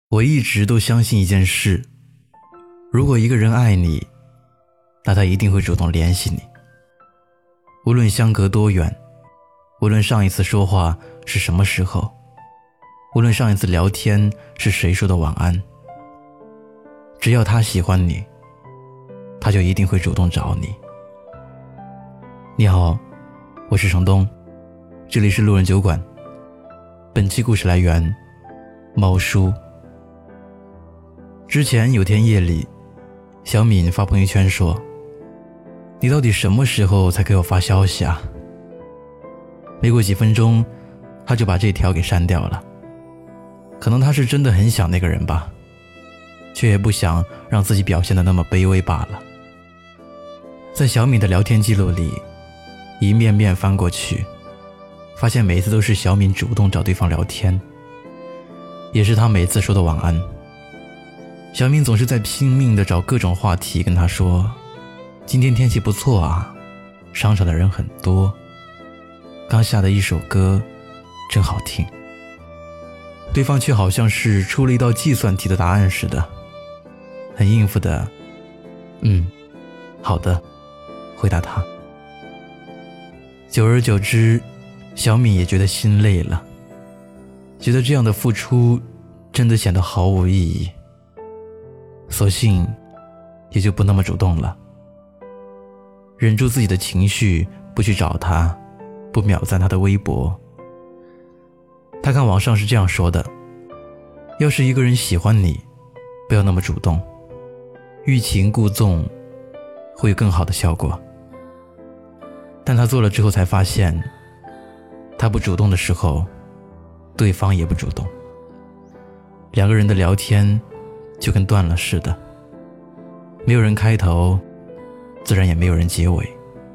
我一直都相信一件事，如果一个人爱你，那他一定会主动联系你。无论相隔多远，无论上一次说话是什么时候，无论上一次聊天是谁说的晚安，只要他喜欢你，他就一定会主动找你。你好，我是程东，这里是路人酒馆。本期故事来源猫叔。之前有天夜里，小敏发朋友圈说，你到底什么时候才给我发消息啊？没过几分钟，他就把这条给删掉了。可能他是真的很想那个人吧，却也不想让自己表现得那么卑微罢了。在小敏的聊天记录里，一面面翻过去，发现每次都是小敏主动找对方聊天，也是他每次说的晚安。小敏总是在拼命地找各种话题跟他说，今天天气不错啊，商场的人很多，刚下的一首歌真好听。对方却好像是出了一道计算题的答案似的，很应付的好的回答他。久而久之，小敏也觉得心累了，觉得这样的付出真的显得毫无意义，索性也就不那么主动了，忍住自己的情绪，不去找他，不秒赞他的微博。他看网上是这样说的，要是一个人喜欢你，不要那么主动，欲擒故纵会有更好的效果。但他做了之后才发现，他不主动的时候，对方也不主动，两个人的聊天就跟断了似的，没有人开头，自然也没有人结尾。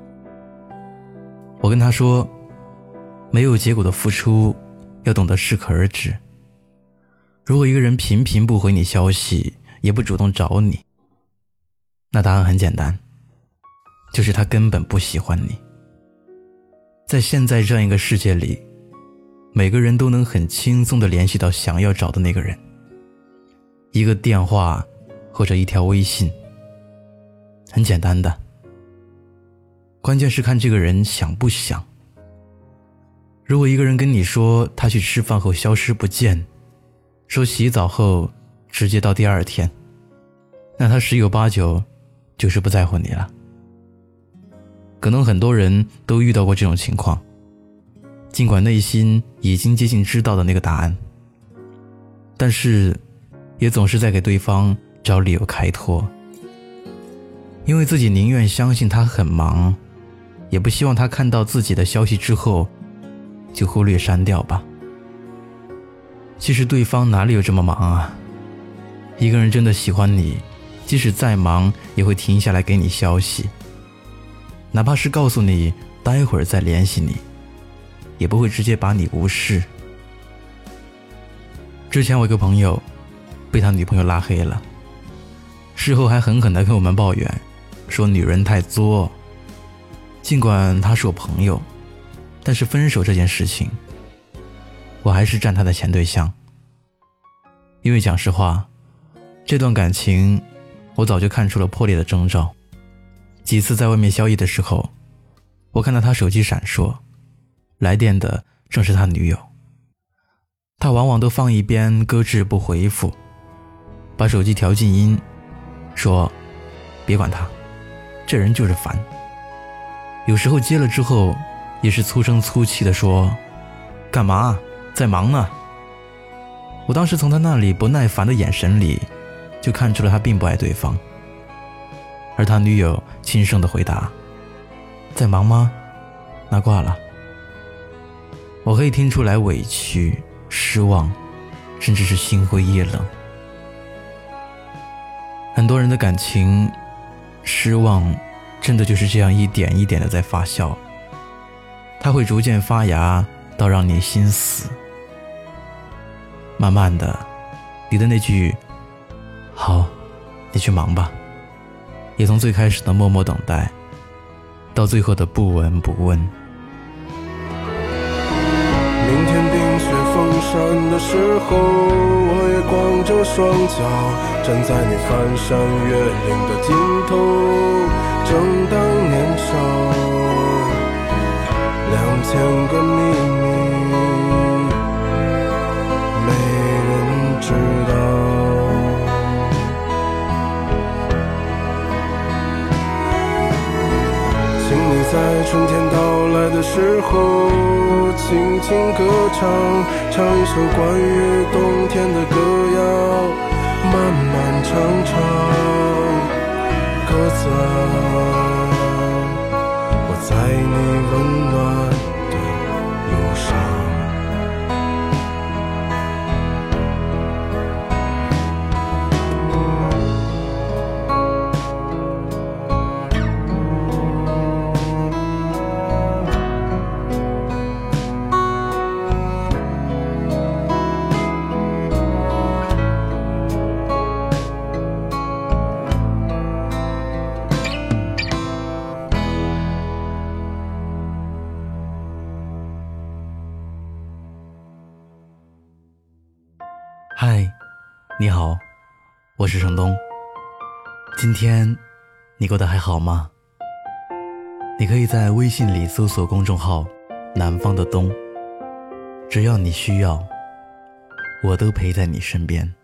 我跟他说，没有结果的付出要懂得适可而止。如果一个人频频不回你消息，也不主动找你，那答案很简单，就是他根本不喜欢你。在现在这样一个世界里，每个人都能很轻松地联系到想要找的那个人，一个电话或者一条微信，很简单的。关键是看这个人想不想。如果一个人跟你说他去吃饭后消失不见，说洗澡后直接到第二天，那他十有八九就是不在乎你了。可能很多人都遇到过这种情况，尽管内心已经接近知道的那个答案，但是也总是在给对方找理由开脱，因为自己宁愿相信他很忙，也不希望他看到自己的消息之后就忽略删掉吧。其实对方哪里有这么忙啊？一个人真的喜欢你，即使再忙也会停下来给你消息，哪怕是告诉你待会儿再联系你，也不会直接把你无视。之前我一个朋友被他女朋友拉黑了，事后还狠狠地跟我们抱怨，说女人太作。尽管他是我朋友，但是分手这件事情，我还是站他的前对象。因为讲实话，这段感情我早就看出了破裂的征兆。几次在外面宵夜的时候，我看到他手机闪烁，来电的正是他女友。他往往都放一边搁置不回复，把手机调静音，说别管他，这人就是烦。有时候接了之后也是粗声粗气地说，干嘛，在忙呢。我当时从他那里不耐烦的眼神里就看出了他并不爱对方。而他女友轻声地回答，在忙吗？那挂了。我可以听出来委屈、失望，甚至是心灰意冷。很多人的感情失望真的就是这样一点一点的在发酵，它会逐渐发芽到让你心死。慢慢的，你的那句好，你去忙吧，也从最开始的默默等待，到最后的不闻不问。 明天冰雪封山的时候，我也光着双脚，站在你翻山越岭的尽头，正当年少，2000个秘密没人知道。请你在春天到来的时候轻轻歌唱，唱一首关于冬天的歌谣，漫漫长长，鸽子啊，我在你温暖的路上。 嗨，你好，我是程东。今天你过得还好吗？你可以在微信里搜索公众号南方的冬，只要你需要，我都陪在你身边。